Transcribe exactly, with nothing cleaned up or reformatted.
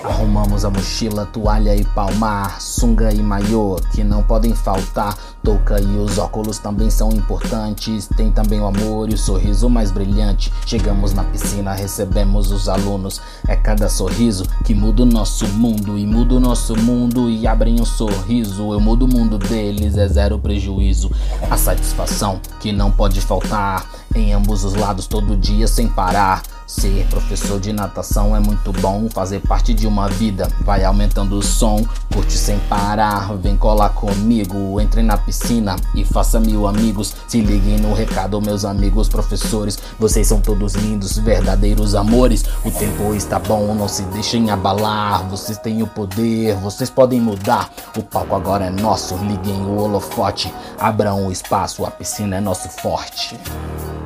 Arrumamos a mochila, toalha e palmar, sunga e maiô que não podem faltar. Touca e os óculos também são importantes. Tem também o amor e o sorriso mais brilhante. Chegamos na piscina, recebemos os alunos. É cada sorriso que muda o nosso mundo, e muda o nosso mundo e abrem um sorriso. Eu mudo o mundo deles, é zero prejuízo. A satisfação que não pode faltar em ambos os lados, todo dia sem parar. Ser professor de natação é muito bom, fazer parte de uma vida vai aumentando o som. Curte sem parar, vem colar comigo, entre na piscina e faça mil amigos. Se liguem no recado, meus amigos professores, vocês são todos lindos, verdadeiros amores. O tempo está bom, não se deixem abalar, vocês têm o poder, vocês podem mudar. O palco agora é nosso, liguem o holofote, abram o espaço, a piscina é nosso forte.